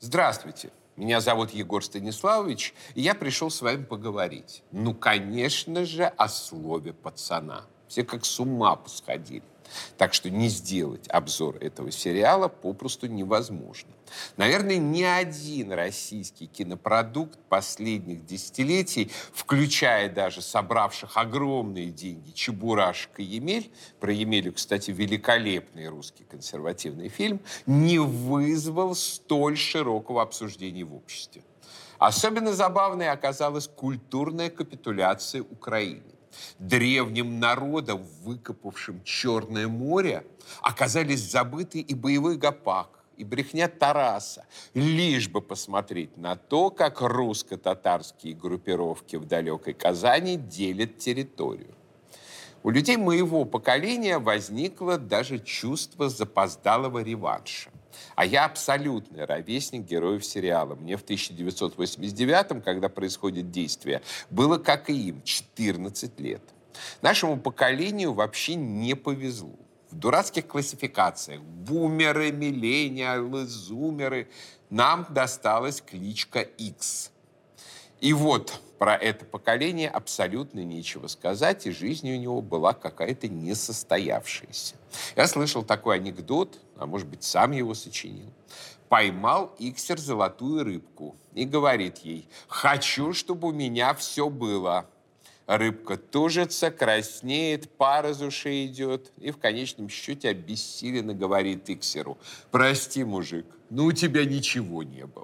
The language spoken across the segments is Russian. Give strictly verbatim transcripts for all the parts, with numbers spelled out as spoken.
Здравствуйте. Меня зовут Егор Станиславович, и я пришел с вами поговорить. Ну, конечно же, о слове «пацана». Все как с ума посходили. Так что не сделать обзор этого сериала попросту невозможно. Наверное, ни один российский кинопродукт последних десятилетий, включая даже собравших огромные деньги «Чебурашка» и «Емель», про «Емелю», кстати, великолепный русский консервативный фильм, не вызвал столь широкого обсуждения в обществе. Особенно забавной оказалась культурная капитуляция Украины. Древним народом, выкопавшим Черное море, оказались забыты и боевой гопак, и брехня Тараса, лишь бы посмотреть на то, как русско-татарские группировки в далекой Казани делят территорию. У людей моего поколения возникло даже чувство запоздалого реванша. А я абсолютный ровесник героев сериала. Мне в тысяча девятьсот восемьдесят девятом, когда происходит действие, было, как и им, четырнадцать лет. Нашему поколению вообще не повезло. В дурацких классификациях бумеры, миллениалы, зумеры нам досталась кличка X. И вот про это поколение абсолютно нечего сказать, и жизнь у него была какая-то несостоявшаяся. Я слышал такой анекдот, а может быть, сам его сочинил. Поймал иксер золотую рыбку и говорит ей: «Хочу, чтобы у меня все было». Рыбка тужится, краснеет, пар из ушей идет и в конечном счете обессиленно говорит иксеру: «Прости, мужик, но у тебя ничего не было».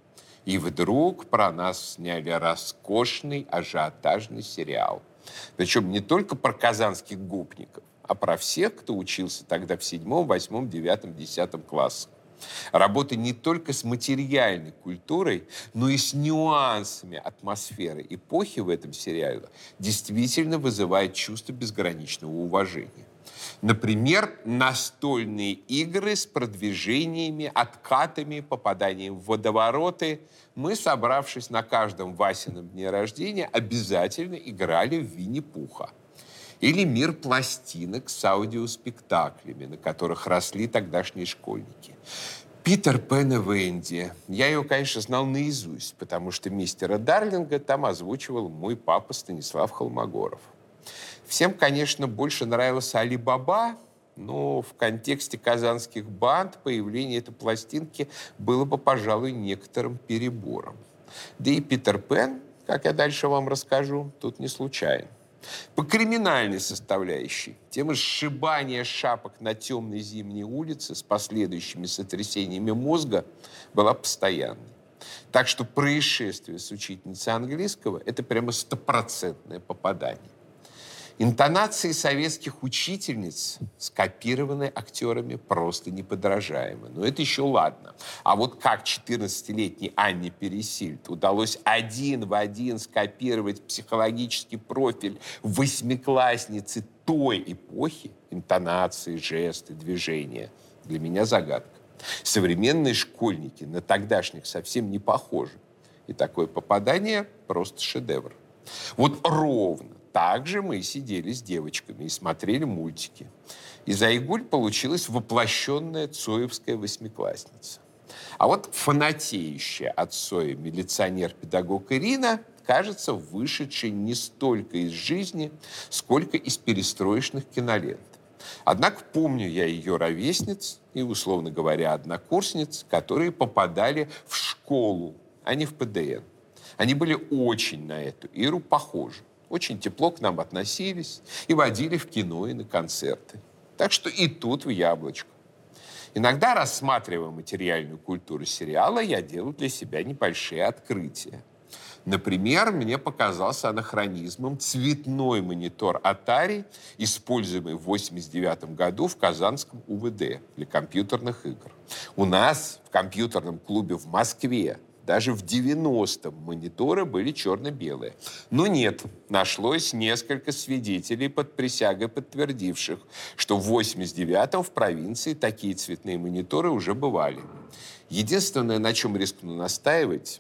И вдруг про нас сняли роскошный ажиотажный сериал. Причем не только про казанских гопников, а про всех, кто учился тогда в седьмом, восьмом, девятом, десятом классах. Работа не только с материальной культурой, но и с нюансами атмосферы эпохи в этом сериале действительно вызывает чувство безграничного уважения. Например, настольные игры с продвижениями, откатами, попаданием в водовороты. Мы, собравшись на каждом Васином дне рождения, обязательно играли в Винни-Пуха. Или мир пластинок с аудиоспектаклями, на которых росли тогдашние школьники. Питер Пен и Венди. Я ее, конечно, знал наизусть, потому что мистера Дарлинга там озвучивал мой папа Станислав Холмогоров. Всем, конечно, больше нравился Али Баба, но в контексте казанских банд появление этой пластинки было бы, пожалуй, некоторым перебором. Да и Питер Пен, как я дальше вам расскажу, тут не случайно. По криминальной составляющей тема сшибания шапок на темной зимней улице с последующими сотрясениями мозга была постоянной. Так что происшествие с учительницей английского – это прямо стопроцентное попадание. Интонации советских учительниц, скопированы актерами, просто неподражаемы. Но это еще ладно. А вот как четырнадцатилетней Анне Пересильд удалось один в один скопировать психологический профиль восьмиклассницы той эпохи, интонации, жесты, движения, для меня загадка. Современные школьники на тогдашних совсем не похожи. И такое попадание просто шедевр. Вот ровно так же мы сидели с девочками и смотрели мультики. Из Айгуль получилась воплощенная цоевская восьмиклассница. А вот фанатеющая от Цоя милиционер-педагог Ирина кажется вышедшей не столько из жизни, сколько из перестроечных кинолент. Однако помню я ее ровесниц и, условно говоря, однокурсниц, которые попадали в школу, а не в Пэ Дэ Эн. Они были очень на эту Иру похожи. Очень тепло к нам относились и водили в кино и на концерты. Так что и тут в яблочко. Иногда, рассматривая материальную культуру сериала, я делаю для себя небольшие открытия. Например, мне показался анахронизмом цветной монитор Atari, используемый в восемьдесят девятом году в Казанском У Вэ Дэ для компьютерных игр. У нас в компьютерном клубе в Москве даже в девяностом мониторы были черно-белые. Но нет, нашлось несколько свидетелей под присягой, подтвердивших, что в восемьдесят девятом в провинции такие цветные мониторы уже бывали. Единственное, на чем рискну настаивать,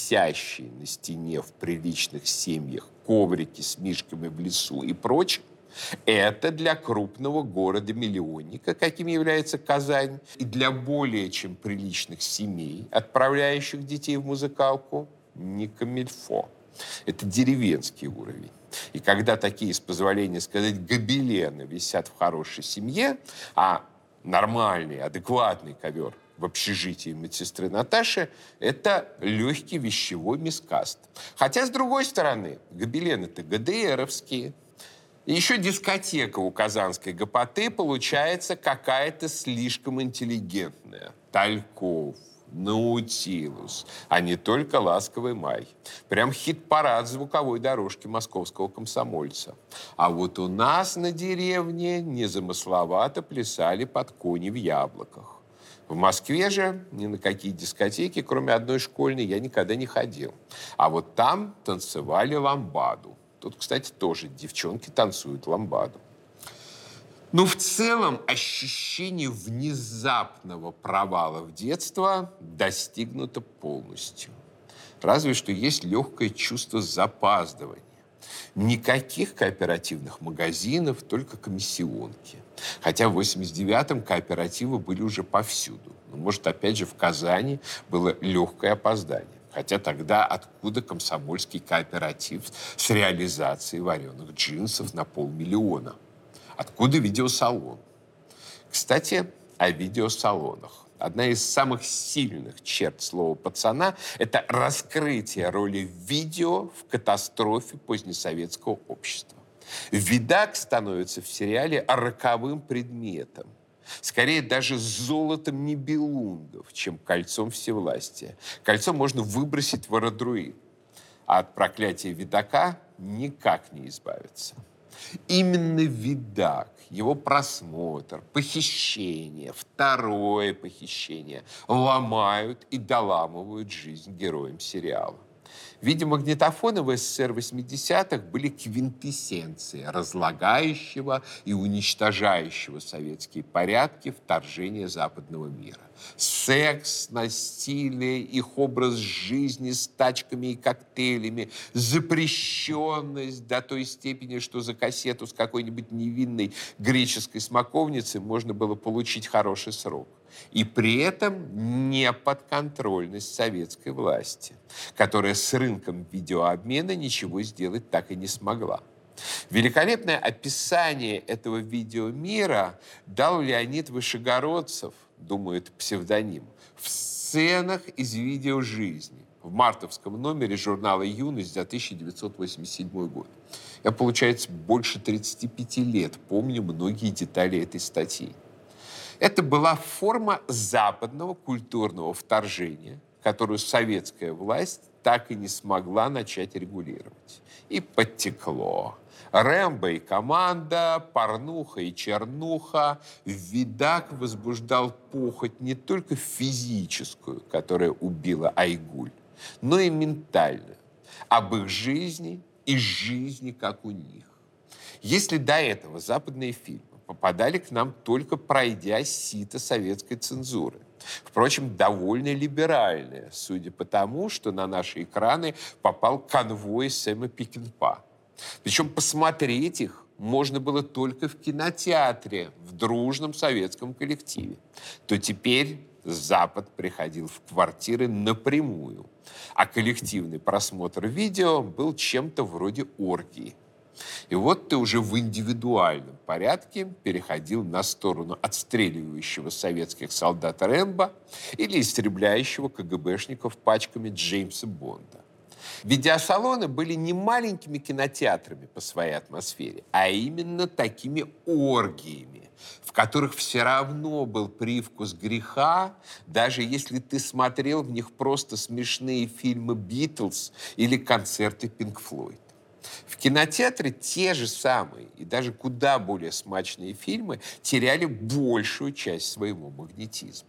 висящие на стене в приличных семьях коврики с мишками в лесу и прочее, Это для крупного города-миллионника, каким является Казань, и для более чем приличных семей, отправляющих детей в музыкалку, не камильфо. Это деревенский уровень. И когда такие, с позволения сказать, гобелены висят в хорошей семье, а нормальный, адекватный ковер в общежитии медсестры Наташи – это легкий вещевой мискаст. Хотя, с другой стороны, гобелены-то ГДРовские. И еще дискотека у казанской ГПТ получается какая-то слишком интеллигентная. Тальков, Наутилус, а не только «Ласковый май». Прям хит-парад звуковой дорожки московского комсомольца. А вот у нас на деревне незамысловато плясали под кони в яблоках. В Москве же ни на какие дискотеки, кроме одной школьной, я никогда не ходил. А вот там танцевали ламбаду. Тут, кстати, тоже девчонки танцуют ламбаду. Но в целом ощущение внезапного провала в детство достигнуто полностью. Разве что есть легкое чувство запаздывания. Никаких кооперативных магазинов, только комиссионки. Хотя в восемьдесят девятом кооперативы были уже повсюду. Но, может, опять же, в Казани было легкое опоздание. Хотя тогда откуда комсомольский кооператив с реализацией вареных джинсов на полмиллиона? Откуда видеосалон? Кстати, о видеосалонах. Одна из самых сильных черт слова «пацана» – это раскрытие роли видео в катастрофе позднесоветского общества. Видак становится в сериале роковым предметом. Скорее, даже золотом нибелунгов, чем кольцом всевластия. Кольцо можно выбросить в Арадруин, а от проклятия видака никак не избавиться. Именно видак, его просмотр, похищение, второе похищение ломают и доламывают жизнь героям сериала. Видеомагнитофоны в СССР восьмидесятых были квинтэссенцией разлагающего и уничтожающего советские порядки вторжения западного мира. Секс, насилие, их образ жизни с тачками и коктейлями, запрещенность до той степени, что за кассету с какой-нибудь невинной греческой смоковницей можно было получить хороший срок. И при этом неподконтрольность советской власти, которая с рынком видеообмена ничего сделать так и не смогла. Великолепное описание этого видеомира дал Леонид Вышегородцев, думаю, это псевдоним, в сценах из видеожизни в мартовском номере журнала «Юность» за тысяча девятьсот восемьдесят седьмой год. Я, получается, больше тридцати пяти лет помню многие детали этой статьи. Это была форма западного культурного вторжения, которую советская власть так и не смогла начать регулировать. И подтекло. Рэмбо и команда, порнуха и чернуха. Видак возбуждал похоть не только физическую, которая убила Айгуль, но и ментальную. Об их жизни и жизни, как у них. Если до этого западные фильмы попадали к нам только пройдя сито советской цензуры. Впрочем, довольно либеральная, судя по тому, что на наши экраны попал конвой Сэма Пекинпа. Причем посмотреть их можно было только в кинотеатре, в дружном советском коллективе. То теперь Запад приходил в квартиры напрямую, а коллективный просмотр видео был чем-то вроде оргии. И вот ты уже в индивидуальном порядке переходил на сторону отстреливающего советских солдат Рэмбо или истребляющего КГБшников пачками Джеймса Бонда. Видеосалоны были не маленькими кинотеатрами по своей атмосфере, а именно такими оргиями, в которых все равно был привкус греха, даже если ты смотрел в них просто смешные фильмы «Битлз» или концерты Пинк Флойд. В кинотеатре те же самые и даже куда более смачные фильмы теряли большую часть своего магнетизма.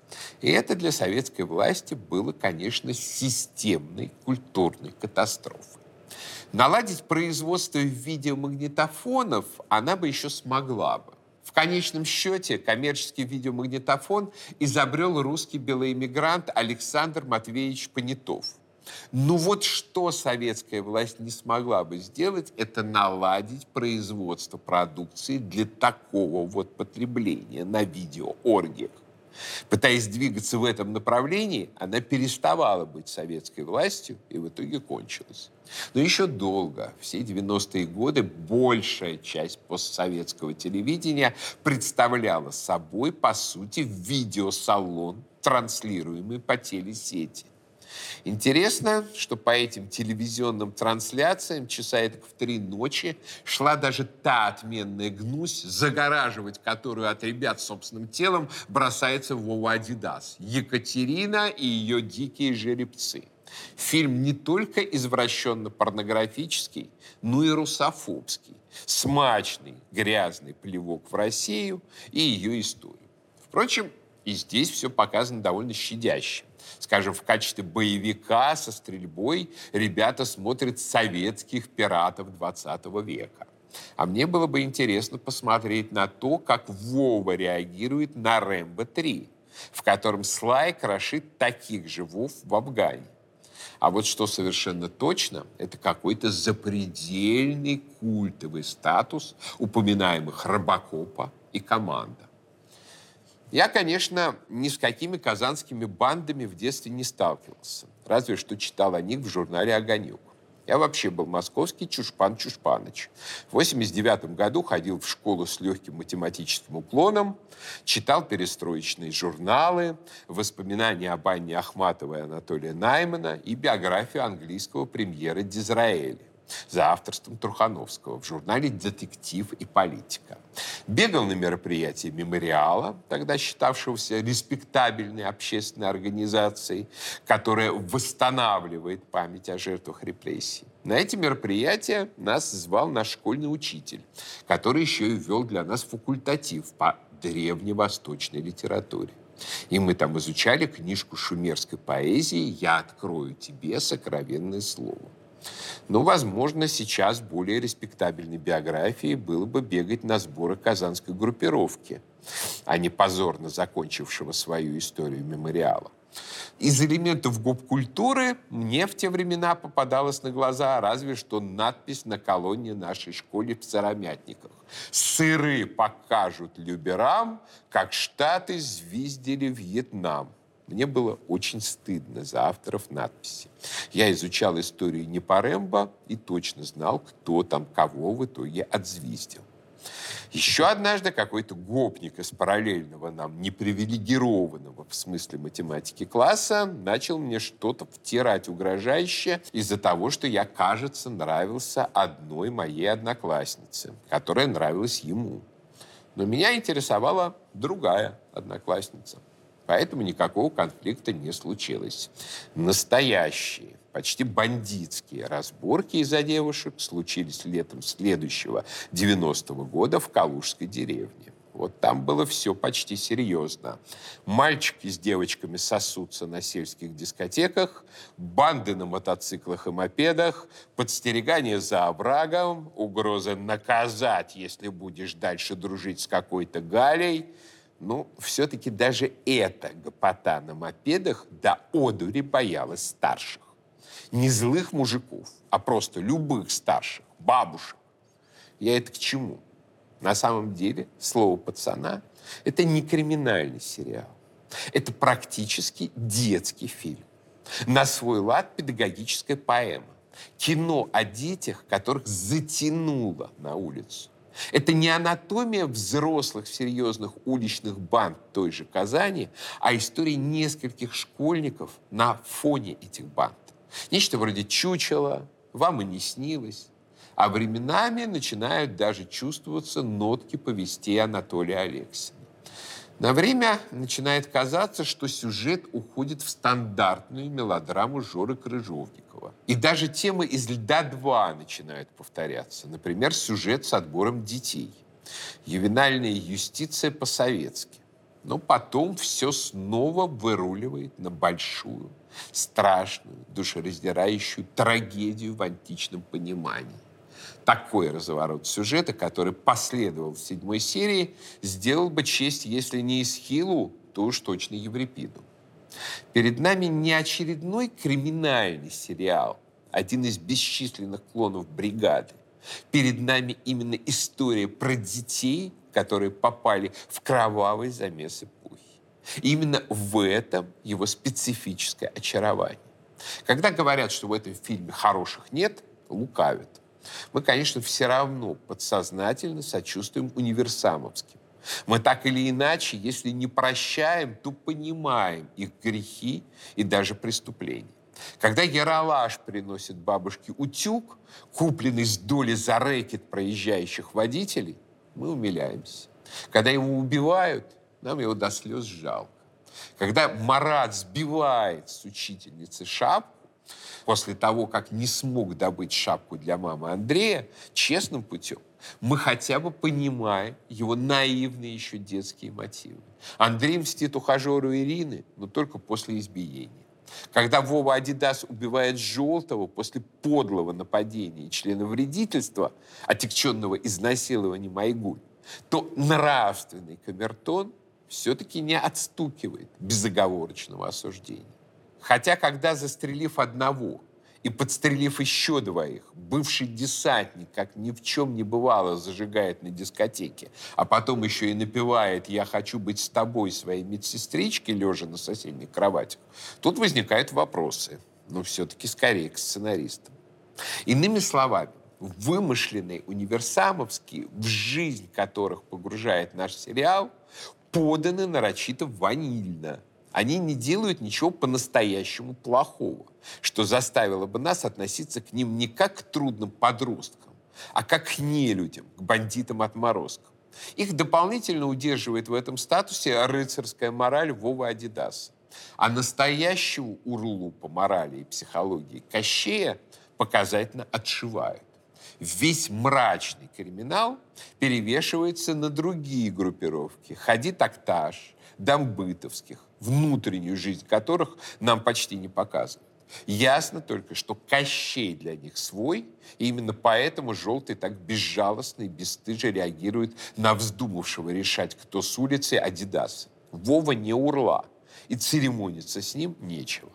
И это для советской власти было, конечно, системной культурной катастрофой. Наладить производство видеомагнитофонов она бы еще смогла бы. В конечном счете коммерческий видеомагнитофон изобрел русский белоэмигрант Александр Матвеевич Понятов. Ну вот что советская власть не смогла бы сделать, это наладить производство продукции для такого вот потребления на видеооргиях. Пытаясь двигаться в этом направлении, она переставала быть советской властью и в итоге кончилась. Но еще долго, все девяностые годы, большая часть постсоветского телевидения представляла собой, по сути, видеосалон, транслируемый по телесети. Интересно, что по этим телевизионным трансляциям часа этак в три ночи шла даже та отменная гнусь, загораживать которую от ребят собственным телом бросается Вова Адидас. Екатерина и ее дикие жеребцы. Фильм не только извращенно-порнографический, но и русофобский. Смачный, грязный плевок в Россию и ее историю. Впрочем, и здесь все показано довольно щадяще. Скажем, в качестве боевика со стрельбой ребята смотрят советских пиратов двадцатого века. А мне было бы интересно посмотреть на то, как Вова реагирует на «Рэмбо три», в котором Слай крошит таких же вов в Афгане. А вот что совершенно точно, это какой-то запредельный культовый статус упоминаемых Робокопа и Команда. Я, конечно, ни с какими казанскими бандами в детстве не сталкивался. Разве что читал о них в журнале «Огонек». Я вообще был московский Чушпан Чушпаныч. В восемьдесят девятом году ходил в школу с легким математическим уклоном, читал перестроечные журналы, воспоминания об Анне Ахматовой и Анатолия Наймана и биографию английского премьера Дизраэля за авторством Трухановского в журнале «Детектив и политика». Бегал на мероприятия мемориала, тогда считавшегося респектабельной общественной организацией, которая восстанавливает память о жертвах репрессий. На эти мероприятия нас звал наш школьный учитель, который еще и вел для нас факультатив по древневосточной литературе. И мы там изучали книжку шумерской поэзии «Я открою тебе сокровенное слово». Но, возможно, сейчас более респектабельной биографией было бы бегать на сборы казанской группировки, а не позорно закончившего свою историю мемориала. Из элементов гоп-культуры мне в те времена попадалась на глаза разве что надпись на колонне нашей школы в Сыромятниках. «Сыры покажут люберам, как Штаты звездили Вьетнам». Мне было очень стыдно за авторов надписи. Я изучал историю не по Рэмбо и точно знал, кто там кого в итоге отзвездил. Еще однажды какой-то гопник из параллельного нам непривилегированного в смысле математики класса начал мне что-то втирать угрожающе из-за того, что я, кажется, нравился одной моей однокласснице, которая нравилась ему. Но меня интересовала другая одноклассница. Поэтому никакого конфликта не случилось. Настоящие, почти бандитские разборки из-за девушек случились летом следующего девяностого года в Калужской деревне. Вот там было все почти серьезно. Мальчики с девочками сосутся на сельских дискотеках, банды на мотоциклах и мопедах, подстерегание за оврагом, угроза наказать, если будешь дальше дружить с какой-то Галей. Ну, все-таки даже эта гопота на мопедах до одури боялась старших. Не злых мужиков, а просто любых старших, бабушек. Я это к чему? На самом деле, слово «пацана» — это не криминальный сериал. Это практически детский фильм. На свой лад педагогическая поэма. Кино о детях, которых затянуло на улицу. Это не анатомия взрослых серьезных уличных банд той же Казани, а история нескольких школьников на фоне этих банд. Нечто вроде «Чучела», «Вам и не снилось». А временами начинают даже чувствоваться нотки повестей Анатолия Алексина. На время начинает казаться, что сюжет уходит в стандартную мелодраму Жоры Крыжовникова. И даже темы из «Льда два» начинают повторяться. Например, сюжет с отбором детей. Ювенальная юстиция по-советски. Но потом все снова выруливает на большую, страшную, душераздирающую трагедию в античном понимании. Такой разворот сюжета, который последовал в седьмой серии, сделал бы честь, если не Эсхилу, то уж точно Еврипиду. Перед нами не очередной криминальный сериал, один из бесчисленных клонов «Бригады». Перед нами именно история про детей, которые попали в кровавый замес эпохи. И именно в этом его специфическое очарование. Когда говорят, что в этом фильме хороших нет, лукавят. Мы, конечно, все равно подсознательно сочувствуем универсамовским. Мы так или иначе, если не прощаем, то понимаем их грехи и даже преступления. Когда Ералаш приносит бабушке утюг, купленный с доли за рэкет проезжающих водителей, мы умиляемся. Когда его убивают, нам его до слез жалко. Когда Марат сбивает с учительницы шапку, после того, как не смог добыть шапку для мамы Андрея честным путем, мы хотя бы понимаем его наивные еще детские мотивы. Андрей мстит ухажеру Ирины, но только после избиения. Когда Вова Адидас убивает Желтого после подлого нападения и членовредительства, отягченного изнасилованием Айгуль, то нравственный камертон все-таки не отстукивает безоговорочного осуждения. Хотя, когда, застрелив одного и подстрелив еще двоих, бывший десантник, как ни в чем не бывало, зажигает на дискотеке, а потом еще и напевает «Я хочу быть с тобой» своей медсестричке, лежа на соседних кроватях, тут возникают вопросы, но все-таки скорее к сценаристам. Иными словами, вымышленные универсамовские, в жизнь которых погружает наш сериал, поданы нарочито ванильно. Они не делают ничего по-настоящему плохого, что заставило бы нас относиться к ним не как к трудным подросткам, а как к нелюдям, к бандитам-отморозкам. Их дополнительно удерживает в этом статусе рыцарская мораль Вовы Адидаса. А настоящего урлу по морали и психологии Кощея показательно отшивают. Весь мрачный криминал перевешивается на другие группировки. Хади-Такташ, Дамбытовских, внутреннюю жизнь которых нам почти не показывают. Ясно только, что Кощей для них свой, и именно поэтому Желтый так безжалостно и бесстыже реагирует на вздумавшего решать, кто с улицы, Адидаса. Вова не урла, и церемониться с ним нечего.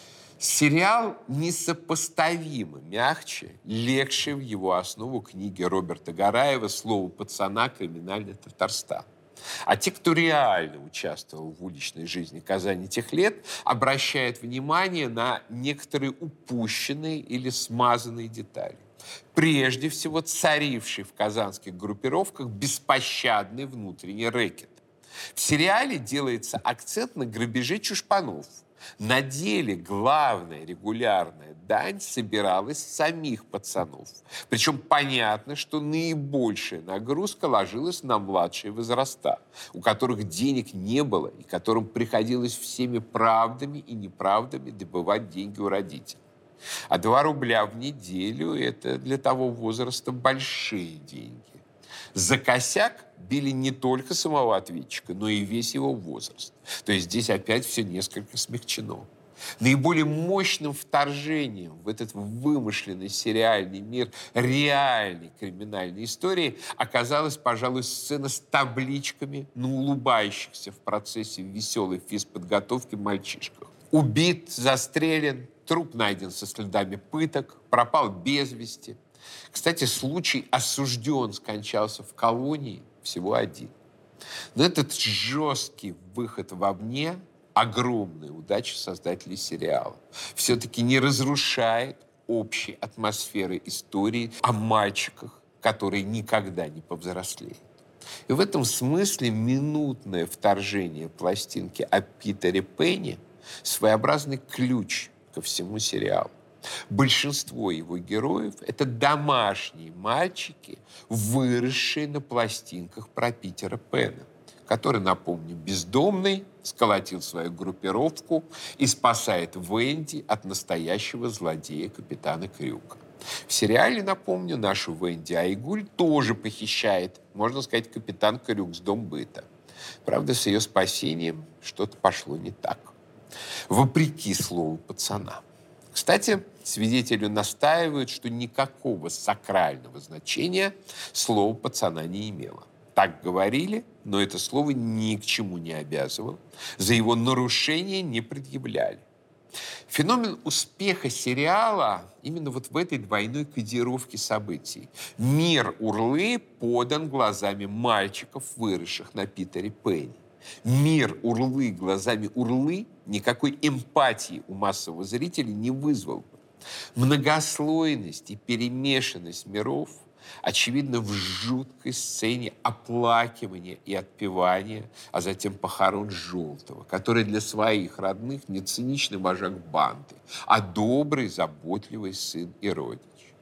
Сериал несопоставимо мягче, легче в его основу книги Роберта Гараева «Слово пацана. Криминальный Татарстан». А те, кто реально участвовал в уличной жизни Казани тех лет, обращают внимание на некоторые упущенные или смазанные детали. Прежде всего, царивший в казанских группировках беспощадный внутренний рэкет. В сериале делается акцент на грабеже чушпанов. На деле главная регулярная дань собиралась с самих пацанов. Причем понятно, что наибольшая нагрузка ложилась на младшие возраста, у которых денег не было и которым приходилось всеми правдами и неправдами добывать деньги у родителей. А два рубля в неделю – это для того возраста большие деньги. За косяк били не только самого ответчика, но и весь его возраст. То есть здесь опять все несколько смягчено. Наиболее мощным вторжением в этот вымышленный сериальный мир реальной криминальной истории оказалась, пожалуй, сцена с табличками на улыбающихся в процессе веселой физподготовки мальчишках. Убит, застрелен, труп найден со следами пыток, пропал без вести. Кстати, случай осужден скончался в колонии всего один. Но этот жесткий выход вовне, огромная удача создателей сериала, все-таки не разрушает общей атмосферы истории о мальчиках, которые никогда не повзрослеют. И в этом смысле минутное вторжение пластинки о Питере Пэне – своеобразный ключ ко всему сериалу. Большинство его героев – это домашние мальчики, выросшие на пластинках про Питера Пэна, который, напомню, бездомный, сколотил свою группировку и спасает Венди от настоящего злодея капитана Крюка. В сериале, напомню, нашу Венди Айгуль тоже похищает, можно сказать, капитан Крюк с Домбыта. Правда, с ее спасением что-то пошло не так. Вопреки слову пацана. Кстати, свидетели настаивают, что никакого сакрального значения слово «пацана» не имело. Так говорили, но это слово ни к чему не обязывало. За его нарушение не предъявляли. Феномен успеха сериала именно вот в этой двойной кодировке событий. Мир Урлы подан глазами мальчиков, выросших на Питере Пэне. Мир Урлы глазами Урлы никакой эмпатии у массового зрителя не вызвал бы. Многослойность и перемешанность миров очевидно в жуткой сцене оплакивания и отпевания, а затем похорон Желтого, который для своих родных не циничный вожак банды, а добрый, заботливый сын и родич.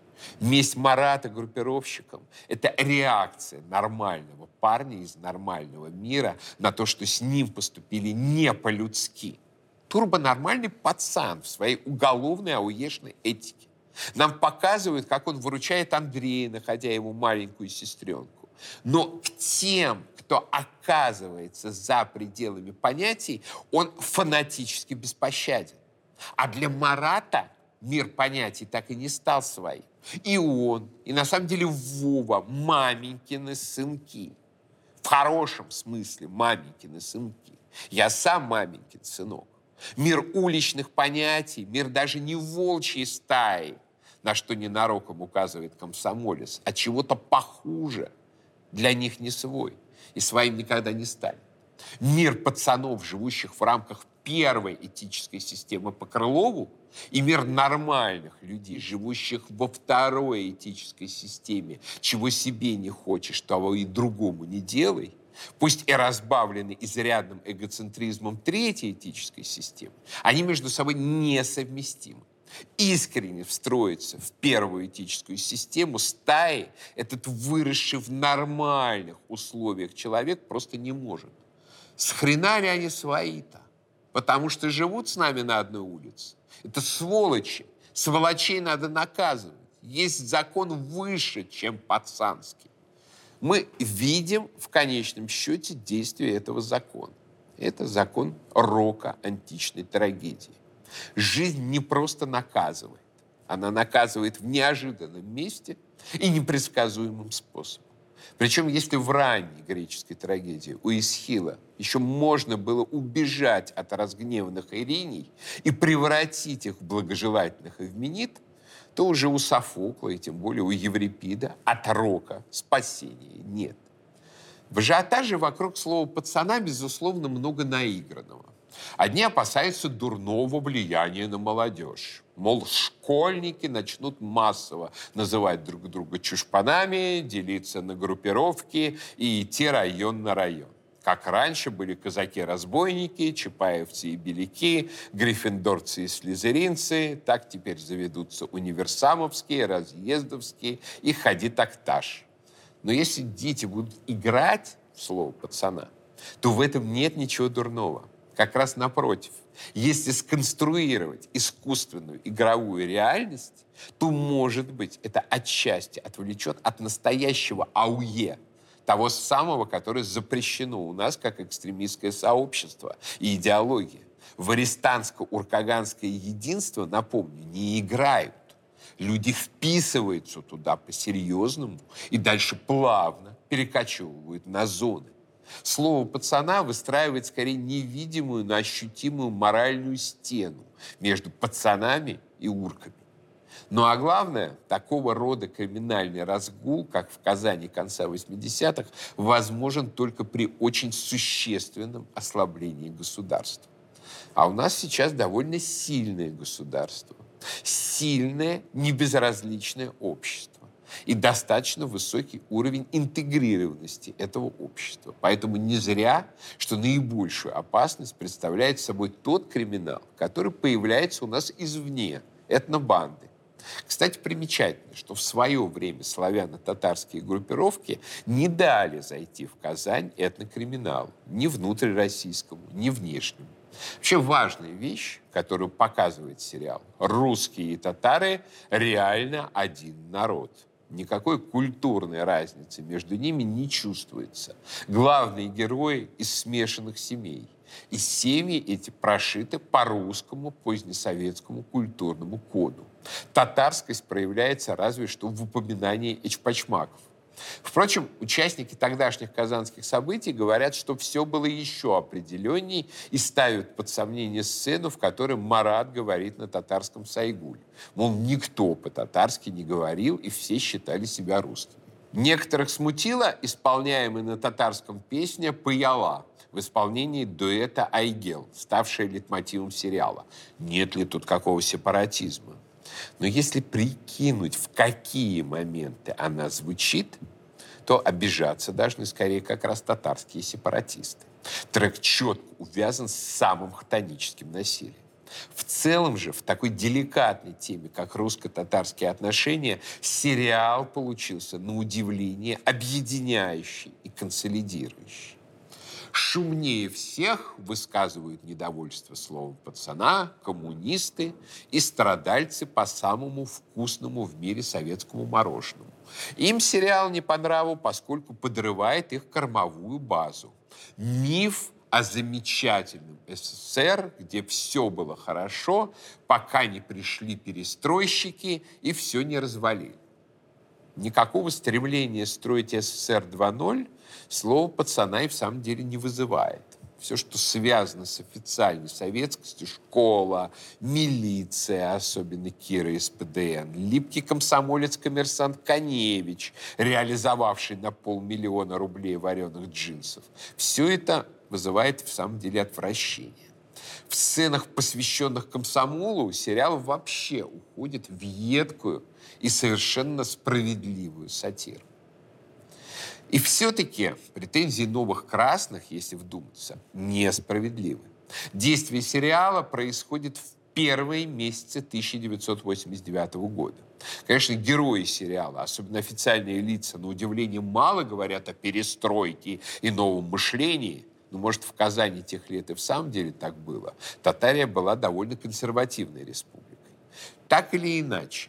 Месть Марата группировщикам – это реакция нормального парня из нормального мира на то, что с ним поступили не по-людски. Турбонормальный пацан в своей уголовной ауешной этике. Нам показывают, как он выручает Андрея, находя ему маленькую сестренку. Но к тем, кто оказывается за пределами понятий, он фанатически беспощаден. А для Марата мир понятий так и не стал своим. И он, и на самом деле Вова, маменькины сынки. В хорошем смысле маменькины сынки. Я сам маменькин сынок. Мир уличных понятий, мир даже не волчьей стаи, на что ненароком указывает комсомолец, а чего-то похуже, для них не свой и своим никогда не станет. Мир пацанов, живущих в рамках первой этической системы по Крылову, и мир нормальных людей, живущих во второй этической системе, чего себе не хочешь, того и другому не делай, пусть и разбавлены изрядным эгоцентризмом третьей этической системы, они между собой несовместимы. Искренне встроиться в первую этическую систему стаи этот выросший в нормальных условиях человек просто не может. С хрена ли они свои-то? Потому что живут с нами на одной улице. Это сволочи. Сволочей надо наказывать. Есть закон выше, чем пацанский. Мы видим в конечном счете действие этого закона. Это закон рока античной трагедии. Жизнь не просто наказывает. Она наказывает в неожиданном месте и непредсказуемым способом. Причем, если в ранней греческой трагедии у Эсхила еще можно было убежать от разгневанных Ириней и превратить их в благожелательных эвменит, то уже у Софокла, и тем более у Еврипида, от рока спасения нет. В ажиотаже вокруг слова «пацана» безусловно много наигранного. Одни опасаются дурного влияния на молодежь. Мол, школьники начнут массово называть друг друга чушпанами, делиться на группировки и идти район на район. Как раньше были казаки-разбойники, чапаевцы и беляки, гриффиндорцы и слизеринцы, так теперь заведутся универсамовские, разъездовские и ходи-такташ. Но если дети будут играть в слово «пацана», то в этом нет ничего дурного. Как раз напротив. Если сконструировать искусственную игровую реальность, то, может быть, это отчасти отвлечет от настоящего АУЕ, того самого, которое запрещено у нас как экстремистское сообщество и идеология. В арестанско-уркаганское единство, напомню, не играют. Люди вписываются туда по-серьезному и дальше плавно перекочевывают на зоны. Слово «пацана» выстраивает скорее невидимую, но ощутимую моральную стену между пацанами и урками. Ну а главное, такого рода криминальный разгул, как в Казани конца восьмидесятых, возможен только при очень существенном ослаблении государства. А у нас сейчас довольно сильное государство, сильное, небезразличное общество и достаточно высокий уровень интегрированности этого общества. Поэтому не зря, что наибольшую опасность представляет собой тот криминал, который появляется у нас извне, этнобанды. Кстати, примечательно, что в свое время славяно-татарские группировки не дали зайти в Казань этнокриминалу, ни внутрироссийскому, ни внешнему. Вообще важная вещь, которую показывает сериал. Русские и татары реально один народ. Никакой культурной разницы между ними не чувствуется. Главные герои из смешанных семей. И семьи эти прошиты по русскому позднесоветскому культурному коду. Татарскость проявляется разве что в упоминании эчпочмаков. Впрочем, участники тогдашних казанских событий говорят, что все было еще определенней и ставят под сомнение сцену, в которой Марат говорит на татарском сайгуле. Мол, никто по-татарски не говорил, и все считали себя русскими. Некоторых смутила исполняемая на татарском песня «Паяла» в исполнении дуэта «Айгел», ставшая лейтмотивом сериала. Нет ли тут какого сепаратизма? Но если прикинуть, в какие моменты она звучит, то обижаться должны скорее как раз татарские сепаратисты. Трек четко увязан с самым хтоническим насилием. В целом же, в такой деликатной теме, как русско-татарские отношения, сериал получился, на удивление, объединяющий и консолидирующий. Шумнее всех высказывают недовольство словом пацана коммунисты и страдальцы по самому вкусному в мире советскому мороженому. Им сериал не по нраву, поскольку подрывает их кормовую базу. Миф о замечательном СССР, где все было хорошо, пока не пришли перестройщики и все не развалили. Никакого стремления строить СССР два ноль слово пацана и в самом деле не вызывает. Все, что связано с официальной советскостью, школа, милиция, особенно Кира из ПДН, липкий комсомолец-коммерсант Коневич, реализовавший на полмиллиона рублей вареных джинсов, все это вызывает в самом деле отвращение. В сценах, посвященных комсомолу, сериал вообще уходит в едкую и совершенно справедливую сатиру. И все-таки претензии новых красных, если вдуматься, несправедливы. Действие сериала происходит в первые месяцы тысяча девятьсот восемьдесят девятого года. Конечно, герои сериала, особенно официальные лица, на удивление мало говорят о перестройке и новом мышлении. Но, может, в Казани тех лет и в самом деле так было. Татария была довольно консервативной республикой. Так или иначе,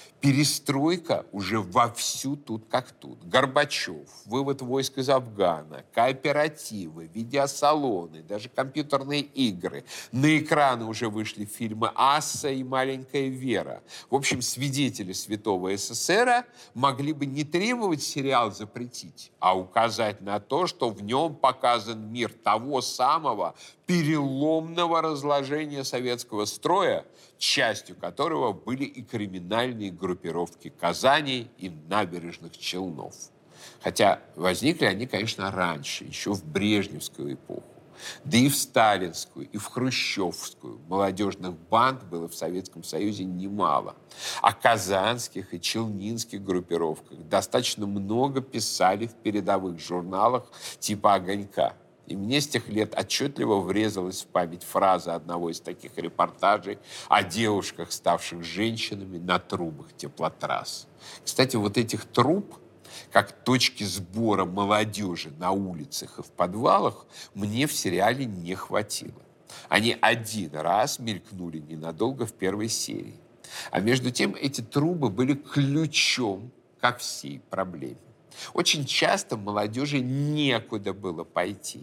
перестройка уже вовсю тут как тут. Горбачев, вывод войск из Афгана, кооперативы, видеосалоны, даже компьютерные игры. На экраны уже вышли фильмы «Асса» и «Маленькая Вера». В общем, свидетели святого СССР могли бы не требовать сериал запретить, а указать на то, что в нем показан мир того самого переломного разложения советского строя, частью которого были и криминальные группировки Казани и набережных Челнов. Хотя возникли они, конечно, раньше, еще в брежневскую эпоху. Да и в сталинскую, и в хрущевскую молодежных банд было в Советском Союзе немало. О казанских и челнинских группировках достаточно много писали в передовых журналах типа «Огонька». И мне с тех лет отчетливо врезалась в память фраза одного из таких репортажей о девушках, ставших женщинами на трубах теплотрасс. Кстати, вот этих труб, как точки сбора молодежи на улицах и в подвалах, мне в сериале не хватило. Они один раз мелькнули ненадолго в первой серии. А между тем эти трубы были ключом ко всей проблеме. Очень часто молодежи некуда было пойти,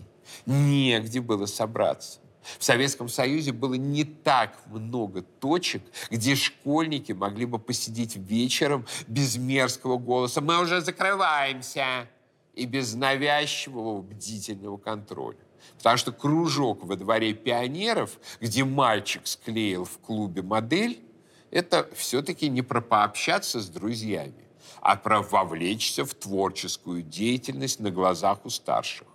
негде было собраться. В Советском Союзе было не так много точек, где школьники могли бы посидеть вечером без мерзкого голоса «Мы уже закрываемся!» и без навязчивого бдительного контроля. Потому что кружок во дворе пионеров, где мальчик склеил в клубе модель, это все-таки не про пообщаться с друзьями, а про вовлечься в творческую деятельность на глазах у старших.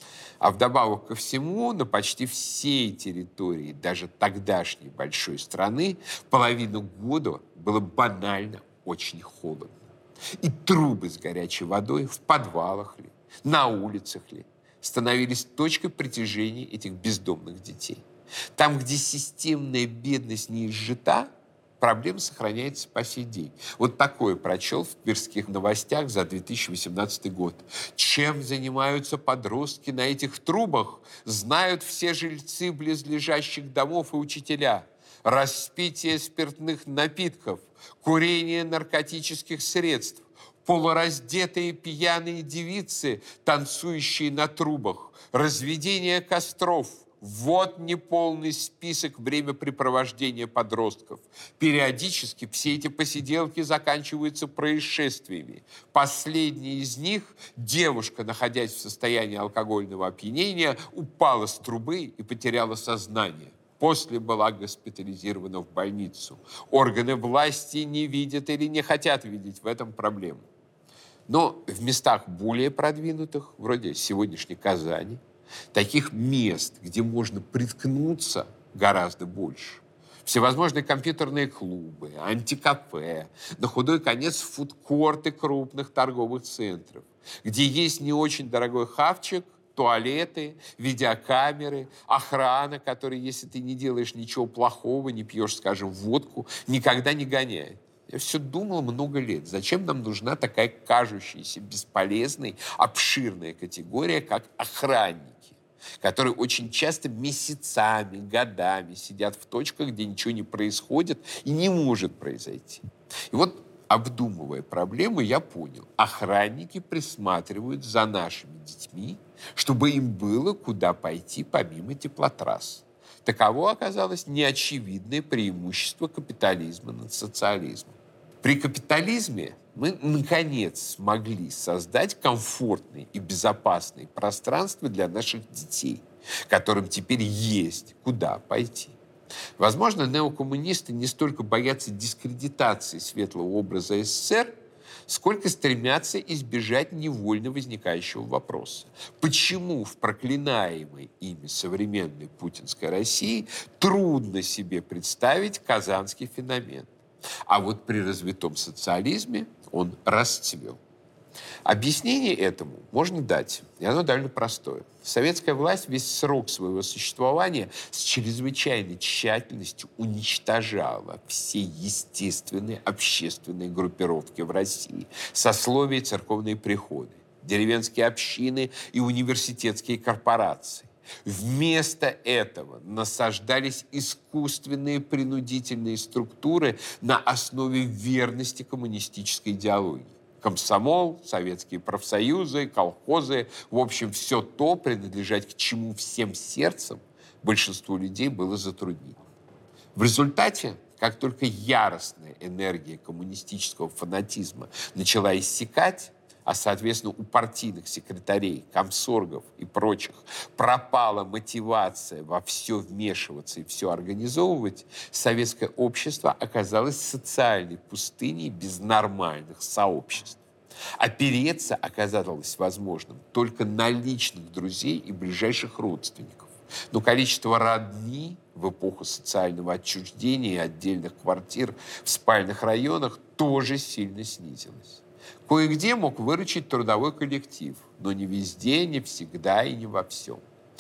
А вдобавок ко всему, на почти всей территории даже тогдашней большой страны половину года было банально очень холодно. И трубы с горячей водой в подвалах ли, на улицах ли, становились точкой притяжения этих бездомных детей. Там, где системная бедность не изжита, проблема сохраняется по сей день. Вот такое прочел в Тверских новостях за две тысячи восемнадцатый год. Чем занимаются подростки на этих трубах, знают все жильцы близлежащих домов и учителя. Распитие спиртных напитков, курение наркотических средств, полураздетые пьяные девицы, танцующие на трубах, разведение костров, Вот неполный список времяпрепровождения подростков. Периодически все эти посиделки заканчиваются происшествиями. Последняя из них, девушка, находясь в состоянии алкогольного опьянения, упала с трубы и потеряла сознание. После была госпитализирована в больницу. Органы власти не видят или не хотят видеть в этом проблему. Но в местах более продвинутых, вроде сегодняшней Казани, таких мест, где можно приткнуться, гораздо больше. Всевозможные компьютерные клубы, антикафе, на худой конец фудкорты крупных торговых центров, где есть не очень дорогой хавчик, туалеты, видеокамеры, охрана, которая, если ты не делаешь ничего плохого, не пьешь, скажем, водку, никогда не гоняет. Я все думал много лет, зачем нам нужна такая кажущаяся бесполезной, обширная категория, как охранники, которые очень часто месяцами, годами сидят в точках, где ничего не происходит и не может произойти. И вот, обдумывая проблему, я понял, охранники присматривают за нашими детьми, чтобы им было куда пойти помимо теплотрасс. Таково оказалось неочевидное преимущество капитализма над социализмом. При капитализме мы, наконец, смогли создать комфортные и безопасные пространства для наших детей, которым теперь есть куда пойти. Возможно, неокоммунисты не столько боятся дискредитации светлого образа СССР, сколько стремятся избежать невольно возникающего вопроса. Почему в проклинаемой ими современной путинской России трудно себе представить казанский феномен? А вот при развитом социализме он расцвел. Объяснение этому можно дать, и оно довольно простое. Советская власть весь срок своего существования с чрезвычайной тщательностью уничтожала все естественные общественные группировки в России, сословия и церковные приходы, деревенские общины и университетские корпорации. Вместо этого насаждались искусственные принудительные структуры на основе верности коммунистической идеологии. Комсомол, советские профсоюзы, колхозы, в общем, все то, принадлежать к чему всем сердцем большинству людей было затруднительно. В результате, как только яростная энергия коммунистического фанатизма начала иссякать, а, соответственно, у партийных секретарей, комсоргов и прочих пропала мотивация во все вмешиваться и все организовывать, советское общество оказалось социальной пустыней без нормальных сообществ. Опереться оказалось возможным только на личных друзей и ближайших родственников. Но количество родни в эпоху социального отчуждения и отдельных квартир в спальных районах тоже сильно снизилось. Кое-где мог выручить трудовой коллектив, но не везде, не всегда и не во всем.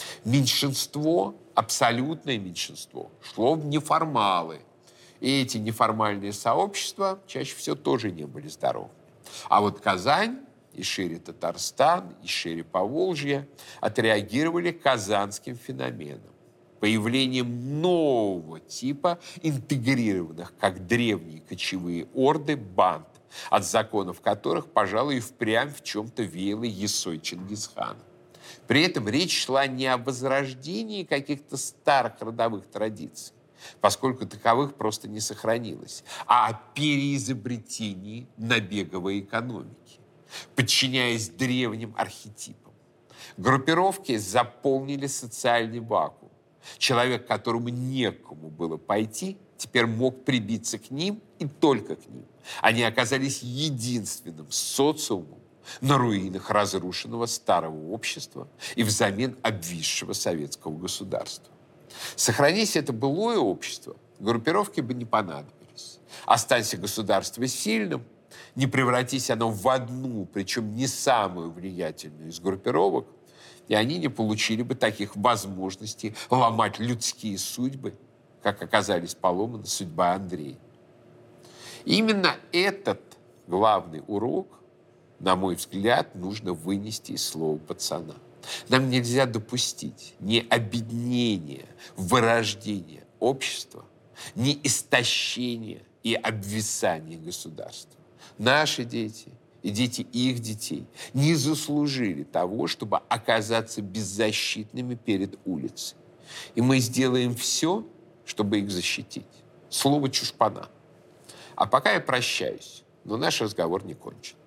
Меньшинство, абсолютное меньшинство, шло в неформалы. И эти неформальные сообщества чаще всего тоже не были здоровы. А вот Казань, и шире Татарстан, и шире Поволжье отреагировали казанским феноменом. Появлением нового типа интегрированных, как древние кочевые орды, банд, от законов которых, пожалуй, и впрямь в чем-то веяло Есой Чингисхана. При этом речь шла не о возрождении каких-то старых родовых традиций, поскольку таковых просто не сохранилось, а о переизобретении набеговой экономики, подчиняясь древним архетипам. Группировки заполнили социальный вакуум. Человек, которому некому было пойти, теперь мог прибиться к ним и только к ним. Они оказались единственным социумом на руинах разрушенного старого общества и взамен обвисшего советского государства. Сохранись это былое общество, группировки бы не понадобились. Останься государство сильным, не превратись оно в одну, причем не самую влиятельную из группировок, и они не получили бы таких возможностей ломать людские судьбы, как оказались поломаны судьба Андрея. Именно этот главный урок, на мой взгляд, нужно вынести из слова пацана. Нам нельзя допустить ни обеднения, вырождения общества, ни истощения и обвисания государства. Наши дети и дети их детей не заслужили того, чтобы оказаться беззащитными перед улицей. И мы сделаем все, чтобы их защитить. Слово чушпана. А пока я прощаюсь, но наш разговор не кончен.